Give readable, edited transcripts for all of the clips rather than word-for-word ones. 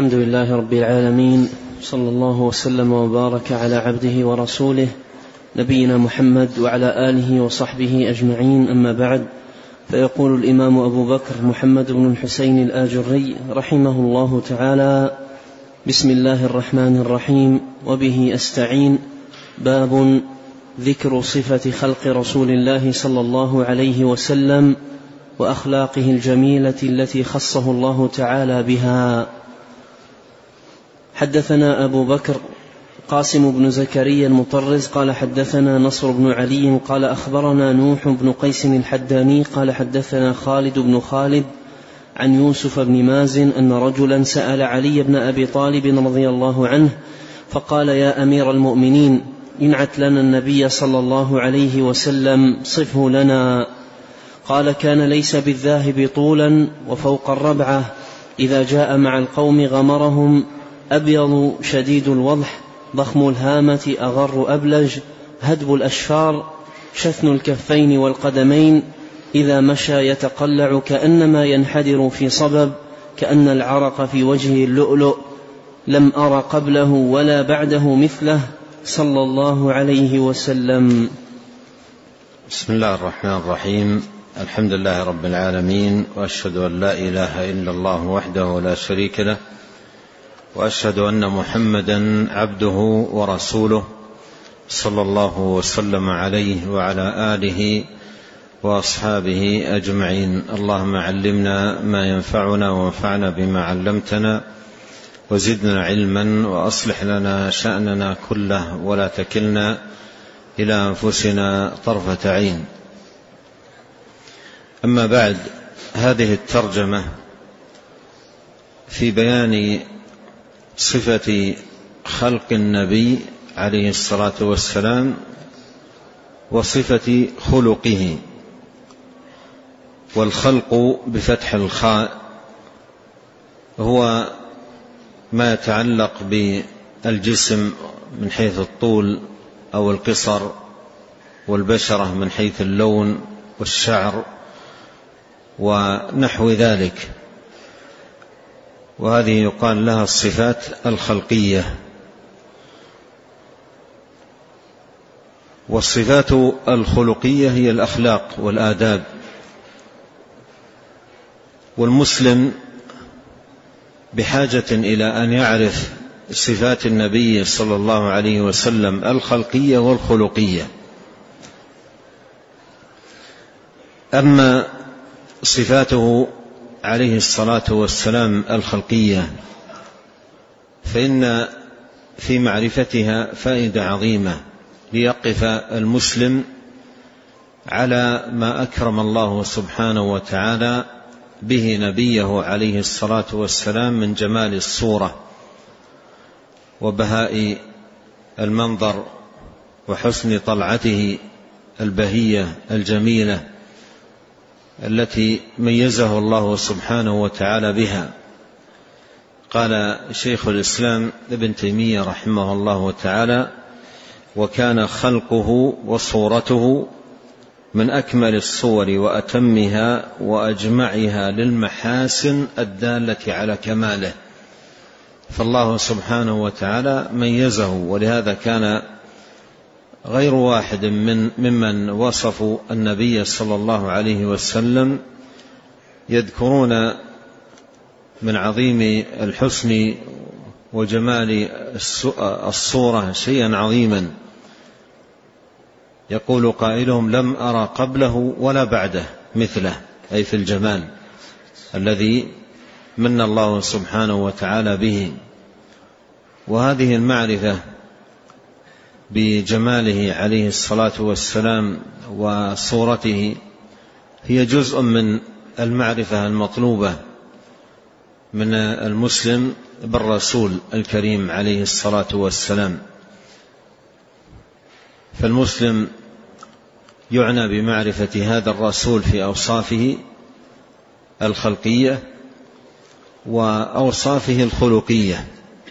الحمد لله رب العالمين، صلى الله وسلم وبارك على عبده ورسوله نبينا محمد وعلى آله وصحبه أجمعين. أما بعد، فيقول الإمام أبو بكر محمد بن الحسين الآجري رحمه الله تعالى: بسم الله الرحمن الرحيم، وبه أستعين. باب ذكر صفة خلق رسول الله صلى الله عليه وسلم وأخلاقه الجميلة التي خصه الله تعالى بها. حدثنا أبو بكر قاسم بن زكريا المطرز قال حدثنا نصر بن علي قال أخبرنا نوح بن قيس الحداني قال حدثنا خالد بن خالد عن يوسف بن مازن أن رجلا سأل علي بن أبي طالب رضي الله عنه فقال: يا أمير المؤمنين، انعت لنا النبي صلى الله عليه وسلم، صفه لنا. قال: كان ليس بالذاهب طولا وفوق الربعة، إذا جاء مع القوم غمرهم، أبيض شديد الوضح، ضخم الهامة، أغر أبلج، هدب الأشفار، شثن الكفين والقدمين، إذا مشى يتقلع كأنما ينحدر في صبب، كأن العرق في وجهه اللؤلؤ، لم أر قبله ولا بعده مثله، صلى الله عليه وسلم. بسم الله الرحمن الرحيم. الحمد لله رب العالمين، وأشهد أن لا إله إلا الله وحده لا شريك له، وأشهد أن محمدا عبده ورسوله، صلى الله وسلم عليه وعلى آله وأصحابه أجمعين. اللهم علمنا ما ينفعنا وانفعنا بما علمتنا، وزدنا علما، وأصلح لنا شأننا كله، ولا تكلنا إلى أنفسنا طرفة عين. أما بعد، هذه الترجمة في بيان صفة خلق النبي عليه الصلاة والسلام وصفة خلقه. والخلق بفتح الخاء هو ما يتعلق بالجسم من حيث الطول أو القصر، والبشرة من حيث اللون والشعر ونحو ذلك، وهذه يقال لها الصفات الخلقية. والصفات الخلقية هي الأخلاق والآداب. والمسلم بحاجة إلى أن يعرف صفات النبي صلى الله عليه وسلم الخلقية والخلقية. أما صفاته عليه الصلاة والسلام الخلقية فإن في معرفتها فائدة عظيمة، ليقف المسلم على ما أكرم الله سبحانه وتعالى به نبيه عليه الصلاة والسلام من جمال الصورة وبهاء المنظر وحسن طلعته البهية الجميلة التي ميزه الله سبحانه وتعالى بها. قال شيخ الإسلام ابن تيمية رحمه الله تعالى: وكان خلقه وصورته من أكمل الصور وأتمها وأجمعها للمحاسن الدالة على كماله. فالله سبحانه وتعالى ميزه، ولهذا كان غير واحد ممن وصفوا النبي صلى الله عليه وسلم يذكرون من عظيم الحسن وجمال الصورة شيئا عظيما. يقول قائلهم: لم أرى قبله ولا بعده مثله، أي في الجمال الذي من الله سبحانه وتعالى به. وهذه المعرفة بجماله عليه الصلاة والسلام وصورته هي جزء من المعرفة المطلوبة من المسلم بالرسول الكريم عليه الصلاة والسلام. فالمسلم يعنى بمعرفة هذا الرسول في أوصافه الخلقية وأوصافه الخلقية.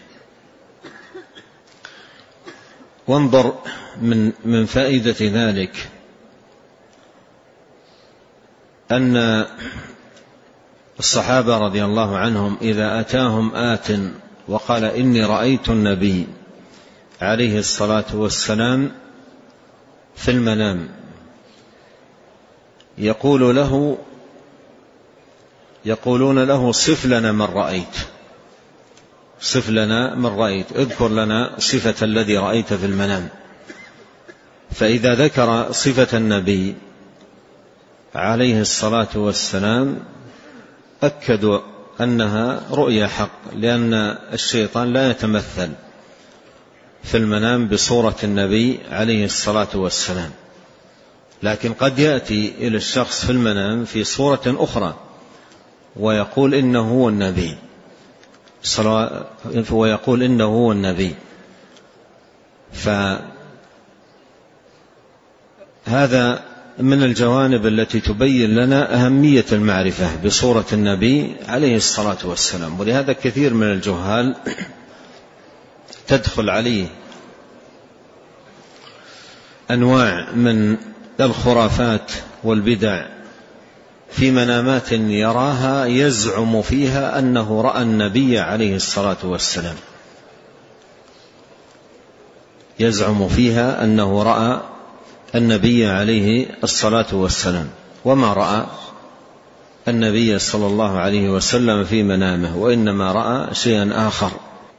وانظر من فائدة ذلك أن الصحابة رضي الله عنهم إذا أتاهم آت وقال إني رأيت النبي عليه الصلاة والسلام في المنام، يقولون له صف لنا من رأيت، صف لنا من رأيت، اذكر لنا صفة الذي رأيت في المنام. فإذا ذكر صفة النبي عليه الصلاة والسلام أكدوا أنها رؤيا حق، لأن الشيطان لا يتمثل في المنام بصورة النبي عليه الصلاة والسلام، لكن قد يأتي إلى الشخص في المنام في صورة أخرى ويقول إنه هو النبي، ويقول إنه هو النبي. فهذا من الجوانب التي تبين لنا أهمية المعرفة بصورة النبي عليه الصلاة والسلام. ولهذا كثير من الجهال تدخل عليه أنواع من الخرافات والبدع في منامات يراها، يزعم فيها أنه رأى النبي عليه الصلاة والسلام، يزعم فيها أنه رأى النبي عليه الصلاة والسلام، وما رأى النبي صلى الله عليه وسلم في منامه، وإنما رأى شيئا آخر.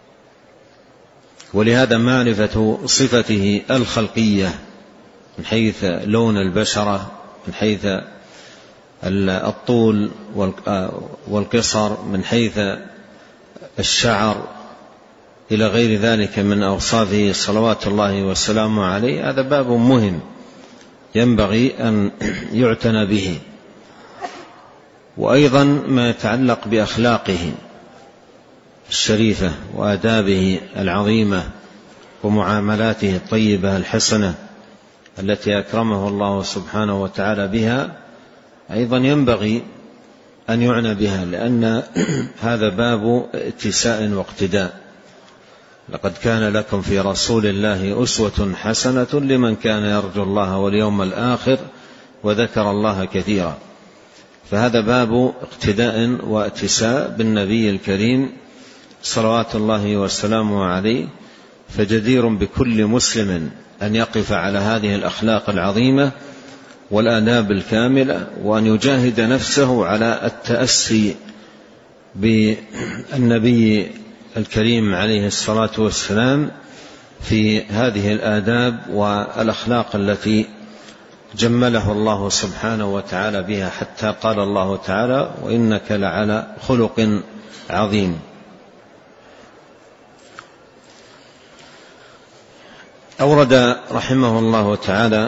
ولهذا معرفة صفته الخلقية من حيث لون البشرة، من حيث الطول والقصر، من حيث الشعر، إلى غير ذلك من أوصافه صلوات الله وسلامه عليه، هذا باب مهم ينبغي أن يعتنى به. وأيضا ما يتعلق بأخلاقه الشريفة وآدابه العظيمة ومعاملاته الطيبة الحسنة التي أكرمه الله سبحانه وتعالى بها، أيضا ينبغي أن يعنى بها، لأن هذا باب اتساء واقتداء. لقد كان لكم في رسول الله أسوة حسنة لمن كان يرجو الله واليوم الآخر وذكر الله كثيرا. فهذا باب اقتداء واتساء بالنبي الكريم صلوات الله وسلامه عليه، فجدير بكل مسلم أن يقف على هذه الأخلاق العظيمة والآداب الكاملة، وأن يجاهد نفسه على التأسي بالنبي الكريم عليه الصلاة والسلام في هذه الآداب والأخلاق التي جمله الله سبحانه وتعالى بها، حتى قال الله تعالى: وإنك لعلى خلق عظيم. أورد رحمه الله تعالى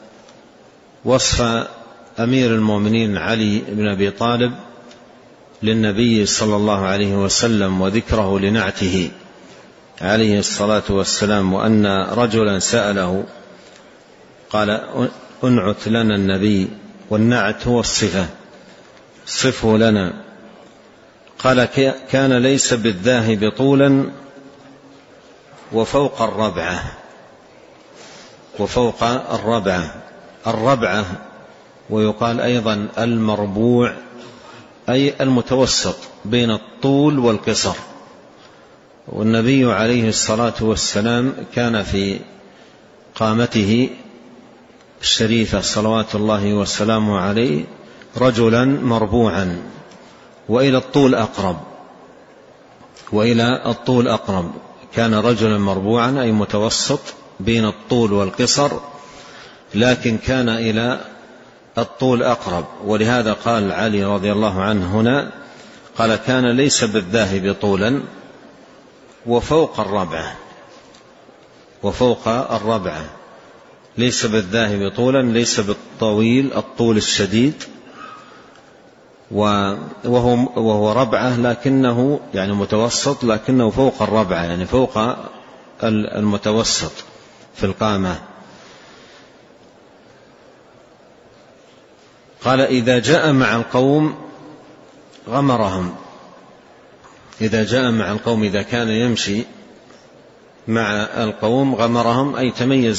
وصف أمير المؤمنين علي بن أبي طالب للنبي صلى الله عليه وسلم وذكره لنعته عليه الصلاة والسلام، وأن رجلا سأله قال: انعت لنا النبي، والنعت هو الصفة، صفه لنا. قال: كان ليس بالذاهب طولا وفوق الربعة، وفوق الربعة، ويقال أيضا المربوع، أي المتوسط بين الطول والقصر. والنبي عليه الصلاة والسلام كان في قامته الشريفة صلوات الله وسلامه عليه رجلا مربوعا، وإلى الطول أقرب، كان رجلا مربوعا أي متوسط بين الطول والقصر، لكن كان إلى الطول أقرب. ولهذا قال علي رضي الله عنه هنا، قال: كان ليس بالذاهب طولا وفوق الربعة، ليس بالذاهب طولا، ليس بالطويل الطول الشديد، وهو ربعة لكنه يعني متوسط، لكنه فوق الربعة، يعني فوق المتوسط في القامة. قال: إذا جاء مع القوم غمرهم، إذا جاء مع القوم، إذا كان يمشي مع القوم غمرهم، أي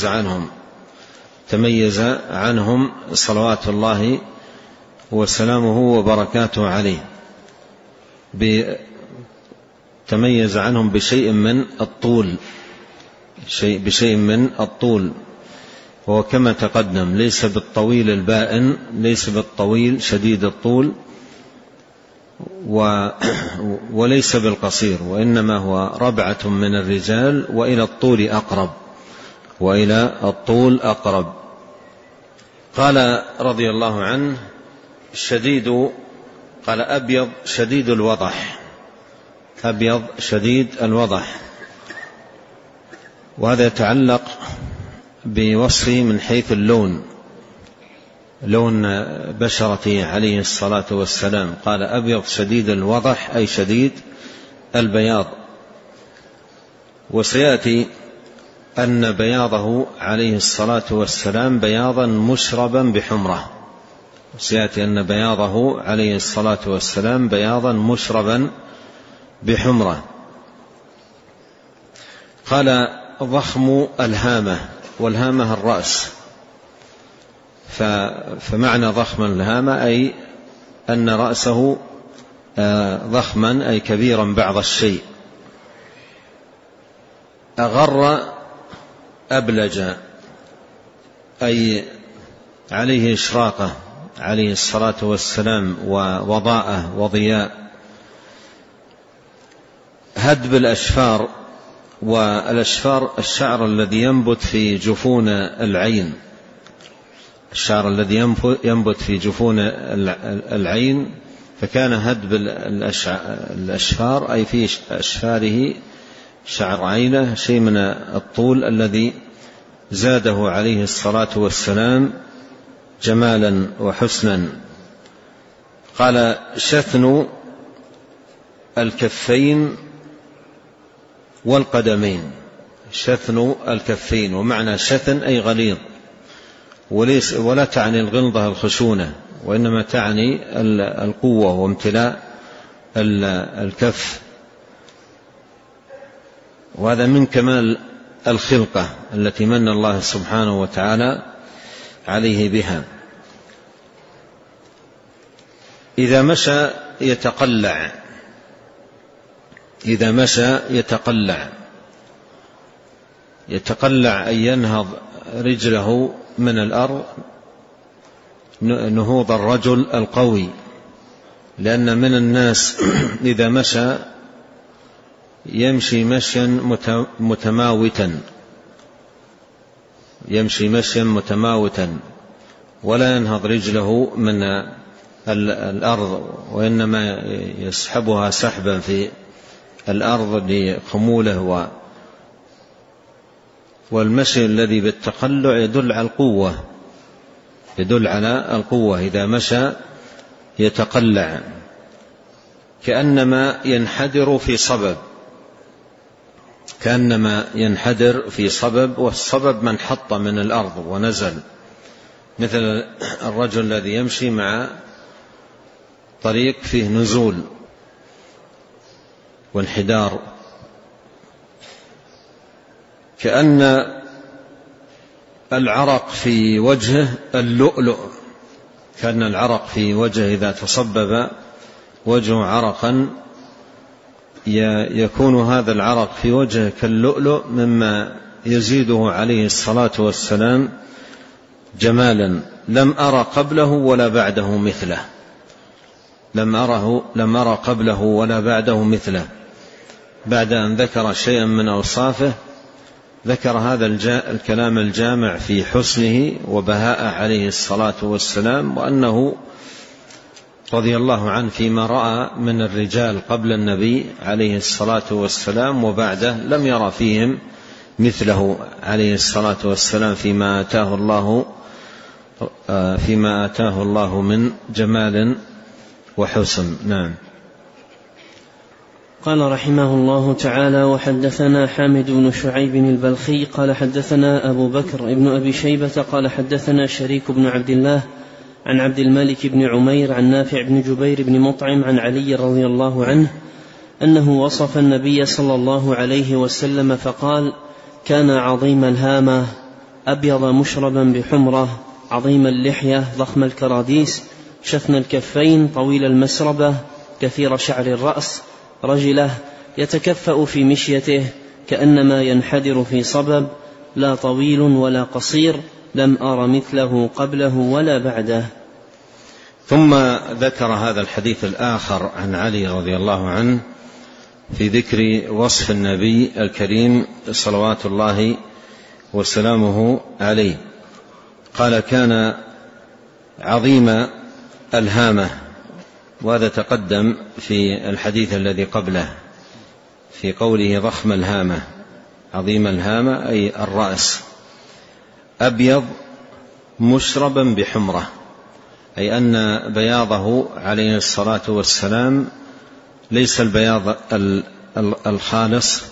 تميز عنهم صلوات الله وسلامه وبركاته عليه. تميز عنهم بشيء من الطول، وهو كما تقدم ليس بالطويل البائن، ليس بالطويل شديد الطول، وليس بالقصير، وإنما هو ربعة من الرجال وإلى الطول أقرب. قال رضي الله عنه قال أبيض شديد الوضح، وهذا يتعلق بوصفه من حيث لون بشرته عليه الصلاة والسلام. قال أبيض شديد الوضح أي شديد البياض. وسيأتي أن بياضه عليه الصلاة والسلام بياضا مشربا بحمرة. قال ضخم الهامة، والهامة الرأس، فمعنى ضخم الهامة أي أن رأسه ضخما أي كبيرا بعض الشيء. أغر أبلج أي عليه إشراقة عليه الصلاة والسلام ووضاءة وضياء. هدب الأشفار، والأشفار الشعر الذي ينبت في جفون العين، فكان هدب الأشفار أي في أشفاره شعر عينه شيء من الطول الذي زاده عليه الصلاة والسلام جمالا وحسنا. قال شثن الكفين والقدمين، شثن الكفين، ومعنى شثن أي غليظ، ولا تعني الغلظة الخشونة، وإنما تعني القوة وامتلاء الكف، وهذا من كمال الخلقة التي من الله سبحانه وتعالى عليه بها. إذا مشى يتقلع أن ينهض رجله من الأرض نهوض الرجل القوي، لأن من الناس إذا مشى يمشي مشيا متماوتا ولا ينهض رجله من الأرض، وإنما يسحبها سحبا في الأرض لخموله. والمشي الذي بالتقلع يدل على القوة. إذا مشى يتقلع كأنما ينحدر في صبب، والصبب من حط من الأرض ونزل، مثل الرجل الذي يمشي مع طريق فيه نزول وانحدار. كأن العرق في وجهه اللؤلؤ، كأن العرق في وجهه إذا تصبب وجهه عرقا يكون هذا العرق في وجهه كاللؤلؤ، مما يزيده عليه الصلاة والسلام جمالا. لم أرى قبله ولا بعده مثله. بعد أن ذكر شيئا من أوصافه ذكر هذا الكلام الجامع في حسنه وبهاءه عليه الصلاة والسلام، وأنه رضي الله عنه فيما رأى من الرجال قبل النبي عليه الصلاة والسلام وبعده لم يرى فيهم مثله عليه الصلاة والسلام فيما آتاه الله من جمال وحسن. نعم. قال رحمه الله تعالى: وحدثنا حامد بن شعيب البلخي قال حدثنا أبو بكر ابن أبي شيبة قال حدثنا شريك بن عبد الله عن عبد الملك بن عمير عن نافع بن جبير بن مطعم عن علي رضي الله عنه أنه وصف النبي صلى الله عليه وسلم فقال: كان عظيم الهامة أبيض مشربا بحمرة، عظيم اللحية ضخم الكراديس، شثن الكفين طويل المسربة، كثير شعر الرأس رجله يتكفأ في مشيته كأنما ينحدر في صبب، لا طويل ولا قصير، لم أر مثله قبله ولا بعده. ثم ذكر هذا الحديث الآخر عن علي رضي الله عنه في ذكر وصف النبي الكريم صلوات الله وسلامه عليه. قال: كان عظيم الهامة، وهذا تقدم في الحديث الذي قبله في قوله ضخم الهامة، عظيم الهامة أي الرأس، أبيض مشربا بحمرة، أي أن بياضه عليه الصلاة والسلام ليس البياض الخالص،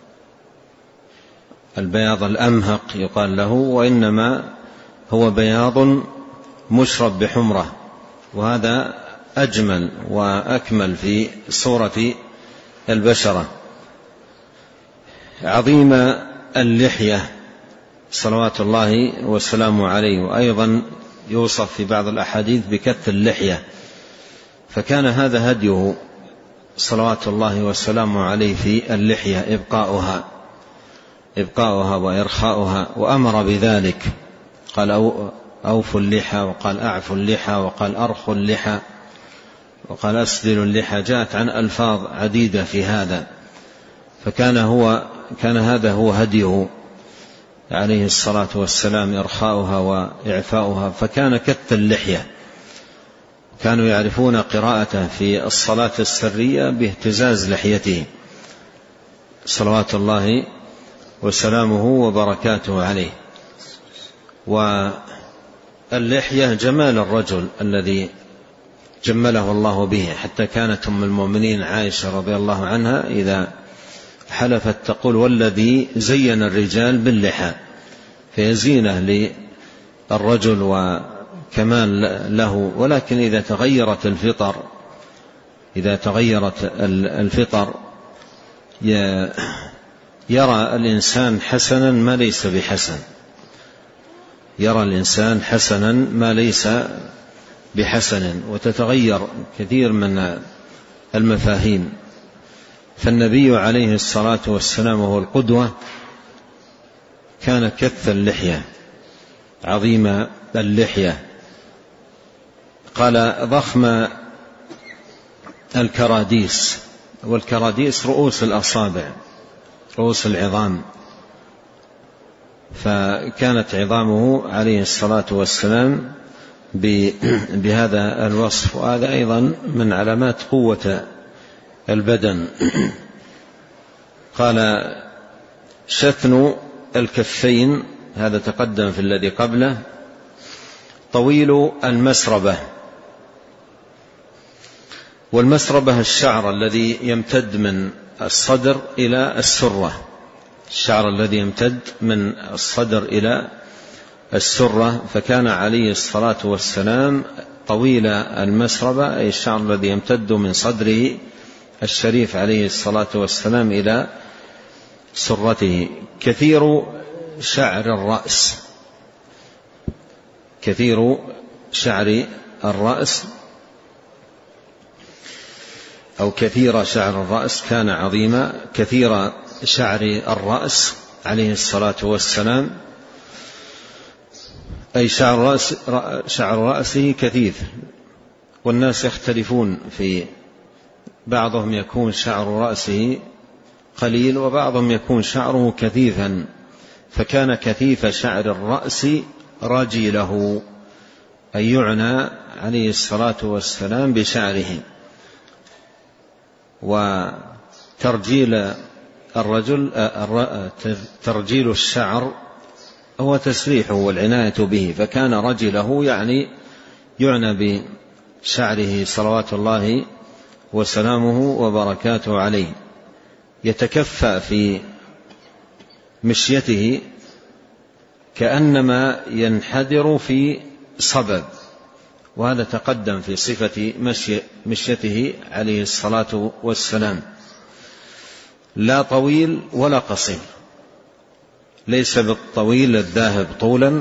البياض الأمهق يقال له، وإنما هو بياض مشرب بحمرة، وهذا أجمل وأكمل في صورة البشرة. عظيم اللحية صلوات الله وسلامه عليه، وأيضا يوصف في بعض الأحاديث بكث اللحية، فكان هذا هديه صلوات الله وسلامه عليه في اللحية، إبقاؤها وإرخاؤها، وأمر بذلك، قال: أوفوا اللحى، وقال: أعفوا اللحى، وقال: أرخوا اللحى، وقال: أسدلوا اللحى. جاءت عن ألفاظ عديدة في هذا، فكان هذا هو هديه عليه الصلاة والسلام، إرخاؤها وإعفاؤها، فكان كث اللحية. كانوا يعرفون قراءته في الصلاة السرية باهتزاز لحيته صلوات الله وسلامه وبركاته عليه. واللحية جمال الرجل الذي جمله الله به، حتى كانت أم المؤمنين عائشة رضي الله عنها إذا حلفت تقول: والذي زين الرجال باللحى، فيزينه للرجل وكمال له. ولكن إذا تغيرت الفطر يرى الإنسان حسنا ما ليس بحسن، يرى الإنسان حسنا ما ليس بحسن، وتتغير كثير من المفاهيم. فالنبي عليه الصلاة والسلام وهو القدوة كان كث اللحية، عظيم اللحية. قال: ضخم الكراديس، والكراديس رؤوس الأصابع، رؤوس العظام، فكانت عظامه عليه الصلاة والسلام بهذا الوصف، وهذا أيضا من علامات قوة البدن. قال: شثن الكفين، هذا تقدم في الذي قبله. طويل المسربة، والمسربة الشعر الذي يمتد من الصدر إلى السرة، الشعر الذي يمتد من الصدر إلى السرة، فكان عليه الصلاة والسلام طويل المسربة، أي الشعر الذي يمتد من صدره الشريف عليه الصلاة والسلام إلى سرته. كثير شعر الرأس، كثير شعر الرأس أو كثير شعر الرأس، كان عظيما كثير شعر الرأس عليه الصلاة والسلام، أي شعر رأسه كثيف. والناس يختلفون في بعضهم يكون شعر رأسه قليل، وبعضهم يكون شعره كثيفا، فكان كثيف شعر الرأس رجله، أي يعنى عليه الصلاة والسلام بشعره. وترجيل ترجيل الشعر هو تسريحه والعناية به، فكان رجله يعنى بشعره صلوات الله وسلامه وبركاته عليه. يتكفأ في مشيته كأنما ينحدر في صبب، وهذا تقدم في صفة مشيته عليه الصلاة والسلام. لا طويل ولا قصير، ليس بالطويل الذاهب طولا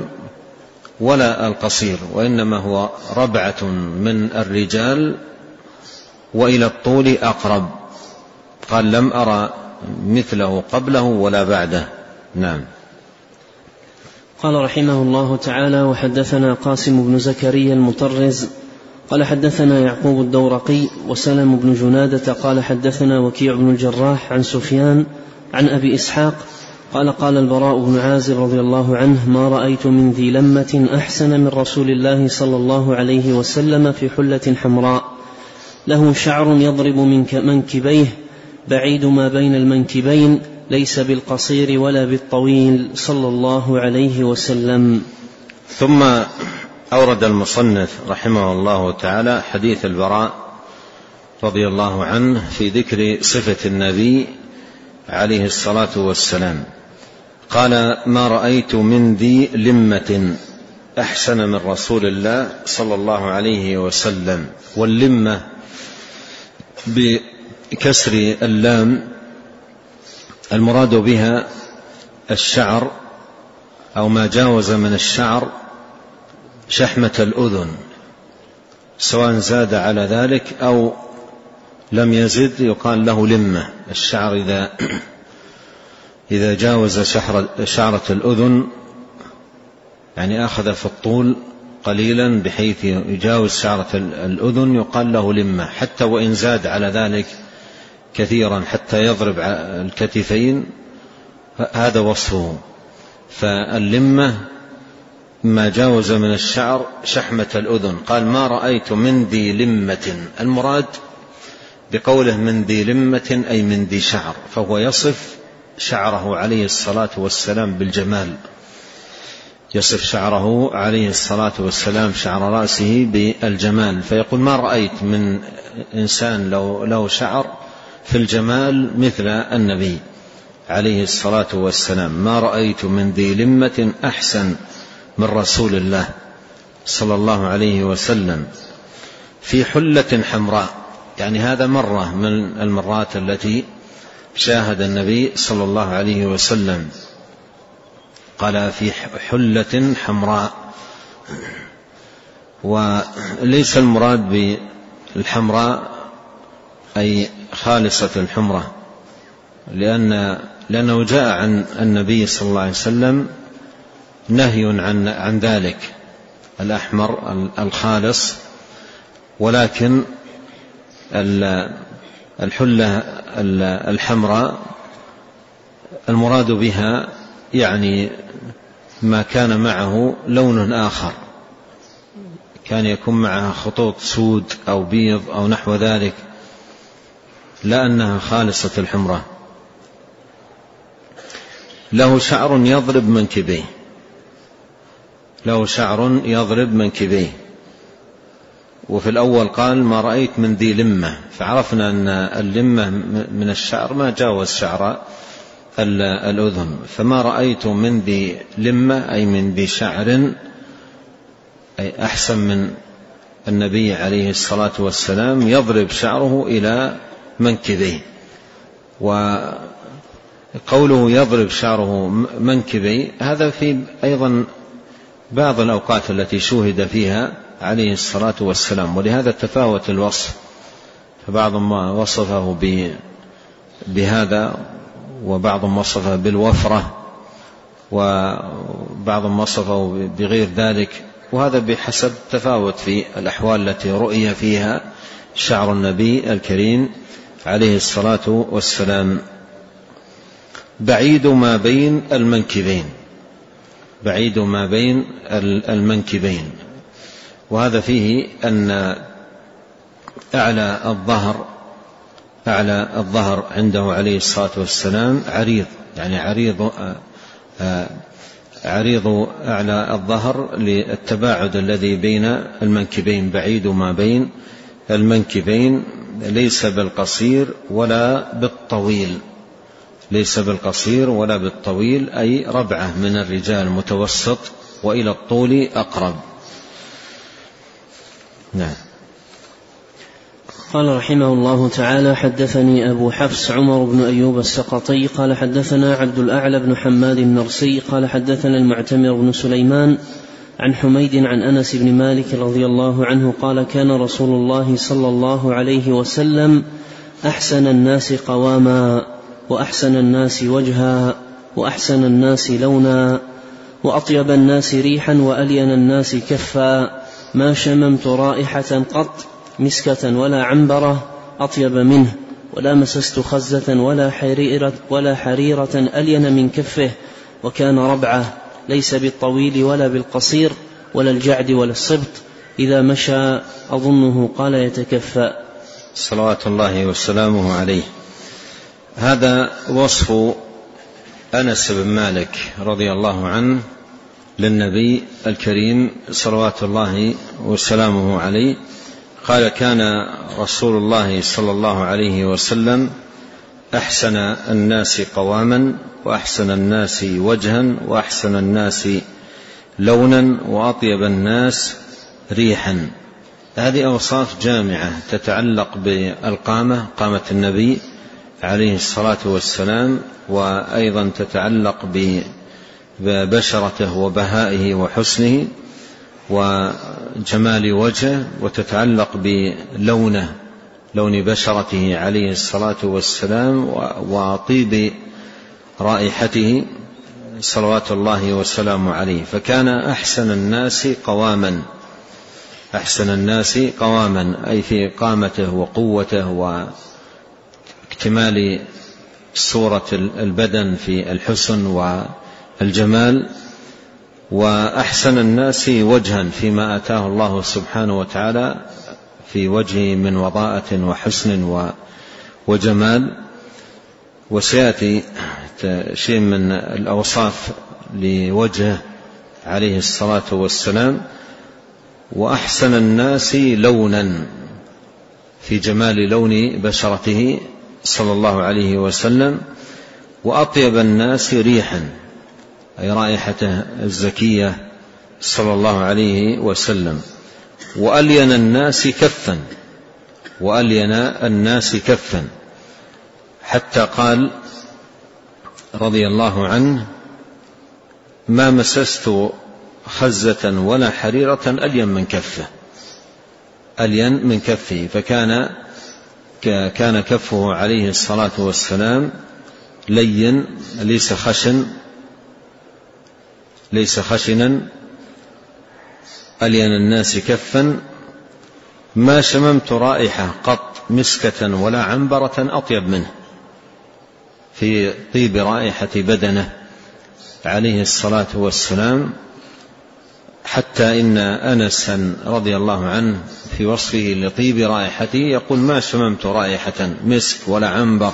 ولا القصير، وإنما هو ربعة من الرجال وإلى الطول أقرب. قال لم أرى مثله قبله ولا بعده. نعم. قال رحمه الله تعالى: وحدثنا قاسم بن زكريا المطرز قال حدثنا يعقوب الدورقي وسلم بن جنادة قال حدثنا وكيع بن الجراح عن سفيان عن أبي إسحاق قال: قال البراء بن عازب رضي الله عنه: ما رأيت من ذي لمة أحسن من رسول الله صلى الله عليه وسلم في حلة حمراء له شعر يضرب من منكبيه بعيد ما بين المنكبين ليس بالقصير ولا بالطويل صلى الله عليه وسلم. ثم أورد المصنف رحمه الله تعالى حديث البراء رضي الله عنه في ذكر صفة النبي عليه الصلاة والسلام. قال: ما رأيت من ذي لمة أحسن من رسول الله صلى الله عليه وسلم. واللمة بكسر اللام المراد بها الشعر أو ما جاوز من الشعر شحمة الأذن، سواء زاد على ذلك أو لم يزد يقال له لمة. الشعر إذا جاوز شعرة الأذن يعني أخذ في الطول قليلا بحيث يجاوز شعرة الأذن يقال له لمة، حتى وإن زاد على ذلك كثيرا حتى يضرب الكتفين هذا وصفه. فاللمة ما جاوز من الشعر شحمة الأذن. قال: ما رأيت من ذي لمة. المراد بقوله من ذي لمة أي من ذي شعر، فهو يصف شعره عليه الصلاة والسلام بالجمال، يصف شعره عليه الصلاة والسلام شعر رأسه بالجمال، فيقول: ما رأيت من إنسان له شعر في الجمال مثل النبي عليه الصلاة والسلام. ما رأيت من ذي لمة أحسن من رسول الله صلى الله عليه وسلم في حلة حمراء. يعني هذا مرة من المرات التي شاهد النبي صلى الله عليه وسلم. قال: في حلة حمراء. وليس المراد بالحمراء أي خالصة الحمرة، لأنه جاء عن النبي صلى الله عليه وسلم نهي عن ذلك الأحمر الخالص، ولكن الحلة الحمراء المراد بها يعني ما كان معه لون آخر، كان يكون معها خطوط سود أو بيض أو نحو ذلك، لا أنها خالصة الحمرة. له شعر يضرب منكبيه، له شعر يضرب منكبيه. وفي الأول قال: ما رأيت من ذي لمة، فعرفنا أن اللمة من الشعر ما جاوز شعر الأذن. فما رأيت من ذي لمة أي من ذي شعر أي أحسن من النبي عليه الصلاة والسلام يضرب شعره إلى منكبيه. وقوله يضرب شعره منكبيه هذا في أيضا بعض الأوقات التي شوهد فيها عليه الصلاة والسلام، ولهذا تفاوت الوصف، فبعضهم وصفه بهذا وبعضهم وصفه بالوفرة وبعضهم وصفه بغير ذلك، وهذا بحسب تفاوت في الأحوال التي رؤي فيها شعر النبي الكريم عليه الصلاة والسلام. بعيد ما بين المنكبين، بعيد ما بين المنكبين، وهذا فيه أن أعلى الظهر عنده عليه الصلاة والسلام عريض، يعني عريض أعلى الظهر للتباعد الذي بين المنكبين. بعيد ما بين المنكبين ليس بالقصير ولا بالطويل، ليس بالقصير ولا بالطويل، أي ربعة من الرجال متوسط، وإلى الطول أقرب. نعم. قال رحمه الله تعالى: حدثني أبو حفص عمر بن أيوب السقطي قال حدثنا عبد الأعلى بن حماد النرسي قال حدثنا المعتمر بن سليمان عن حميد عن أنس بن مالك رضي الله عنه قال كان رسول الله صلى الله عليه وسلم أحسن الناس قواما وأحسن الناس وجها وأحسن الناس لونا وأطيب الناس ريحا وألين الناس كفا ما شممت رائحة قط مسكة ولا عنبرة أطيب منه ولا مسست خزة ولا حريرة ألين من كفه وكان ربعه ليس بالطويل ولا بالقصير ولا الجعد ولا الصبط إذا مشى أظنه قال يتكفى صلوات الله وسلامه عليه. هذا وصف أنس بن مالك رضي الله عنه للنبي الكريم صلوات الله وسلامه عليه. قال كان رسول الله صلى الله عليه وسلم أحسن الناس قواما وأحسن الناس وجها وأحسن الناس لونا وأطيب الناس ريحا. هذه أوصاف جامعة تتعلق بالقامة، قامة النبي عليه الصلاة والسلام، وأيضا تتعلق ببشرته وبهائه وحسنه وجمال وجهه، وتتعلق بلونه، لون بشرته عليه الصلاة والسلام، وطيب رائحته صلوات الله وسلامه عليه. فكان أحسن الناس قواما، أحسن الناس قواما أي في قامته وقوته واكتمال صورة البدن في الحسن والجمال، وأحسن الناس وجها فيما آتاه الله سبحانه وتعالى في وجهه من وضاءة وحسن وجمال. وسيأتي شيء من الأوصاف لوجهه عليه الصلاة والسلام. وأحسن الناس لونا في جمال لون بشرته صلى الله عليه وسلم. وأطيب الناس ريحا أي رائحته الزكية صلى الله عليه وسلم. وألين الناس كفا، وألين الناس كفا، حتى قال رضي الله عنه ما مسست خزة ولا حريرة ألين من كفه، ألين من كفه. فكان كفه عليه الصلاة والسلام لين، ليس خشنا، ألين الناس كفا. ما شممت رائحة قط مسكة ولا عنبرة أطيب منه في طيب رائحة بدنه عليه الصلاة والسلام. حتى إن أنسا رضي الله عنه في وصفه لطيب رائحته يقول ما شممت رائحة مسك ولا عنبر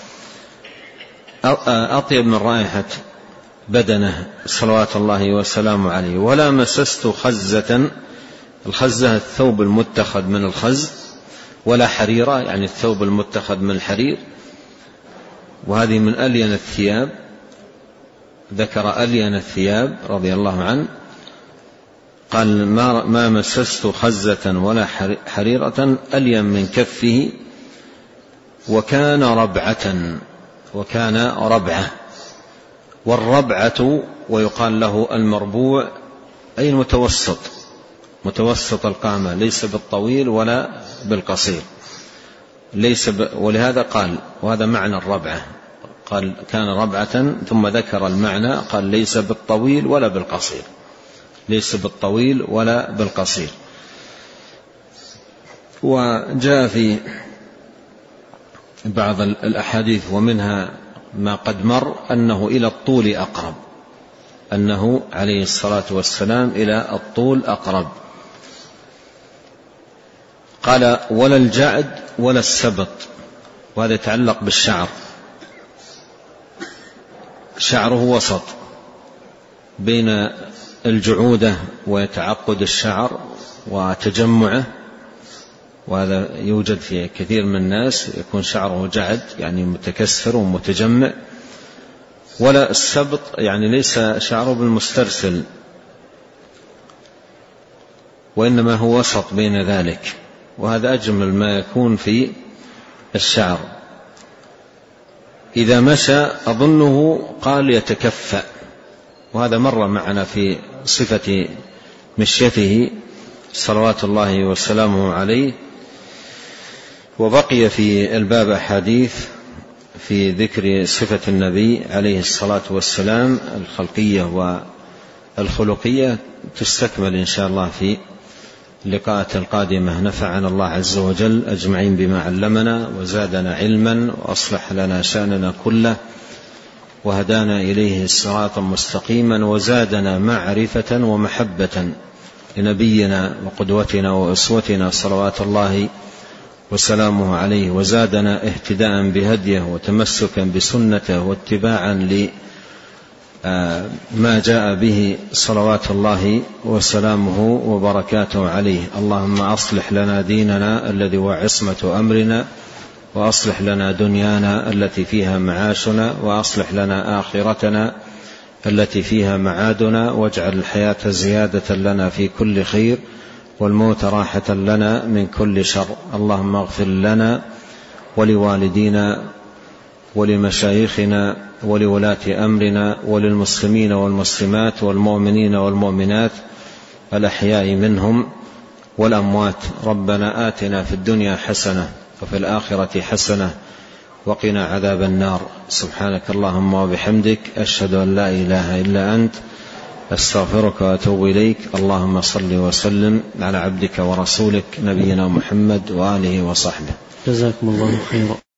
أطيب من رائحة بدنه صلوات الله وسلامه عليه. ولا مسست خزة، الخزة الثوب المتخذ من الخز، ولا حريرة يعني الثوب المتخذ من الحرير، وهذه من ألين الثياب. ذكر ألين الثياب رضي الله عنه، قال ما مسست خزة ولا حريرة ألين من كفه. وكان ربعة، والربعة ويقال له المربوع أي المتوسط، متوسط القامة، ليس بالطويل ولا بالقصير، ولهذا قال وهذا معنى الربعة، قال كان ربعة ثم ذكر المعنى، قال ليس بالطويل ولا بالقصير، ليس بالطويل ولا بالقصير. وجاء في بعض الأحاديث ومنها ما قد مر أنه إلى الطول أقرب، أنه عليه الصلاة والسلام إلى الطول أقرب. قال ولا الجعد ولا السبط، وهذا يتعلق بالشعر، شعره وسط بين الجعودة ويتعقد الشعر وتجمعه، وهذا يوجد في كثير من الناس يكون شعره جعد يعني متكسر ومتجمع. ولا السبط يعني ليس شعره بالمسترسل، وإنما هو وسط بين ذلك، وهذا أجمل ما يكون في الشعر. إذا مشى أظنه قال يتكفأ، وهذا مر معنا في صفة مشيته صلوات الله وسلامه عليه. وبقي في الباب أحاديث في ذكر صفة النبي عليه الصلاة والسلام الخلقية والخلقية، تستكمل إن شاء الله في اللقاءات القادمة. نفعنا الله عز وجل أجمعين بما علمنا وزادنا علما وأصلح لنا شأننا كله وهدانا إليه صراطا مستقيما وزادنا معرفة ومحبة لنبينا وقدوتنا وأسوتنا صلوات الله وسلامه عليه، وزادنا اهتداء بهديه وتمسكا بسنته واتباعا لما جاء به صلوات الله وسلامه وبركاته عليه. اللهم أصلح لنا ديننا الذي هو عصمة أمرنا، وأصلح لنا دنيانا التي فيها معاشنا، وأصلح لنا آخرتنا التي فيها معادنا، واجعل الحياة زيادة لنا في كل خير والموت راحة لنا من كل شر. اللهم اغفر لنا ولوالدينا ولمشايخنا ولولاة أمرنا وللمسلمين والمسلمات والمؤمنين والمؤمنات الأحياء منهم والأموات. ربنا آتنا في الدنيا حسنة وفي الآخرة حسنة وقنا عذاب النار. سبحانك اللهم وبحمدك، أشهد أن لا إله إلا أنت، أستغفرك وأتوب إليك. اللهم صل وسلم على عبدك ورسولك نبينا محمد وآله وصحبه. جزاكم الله خيرا.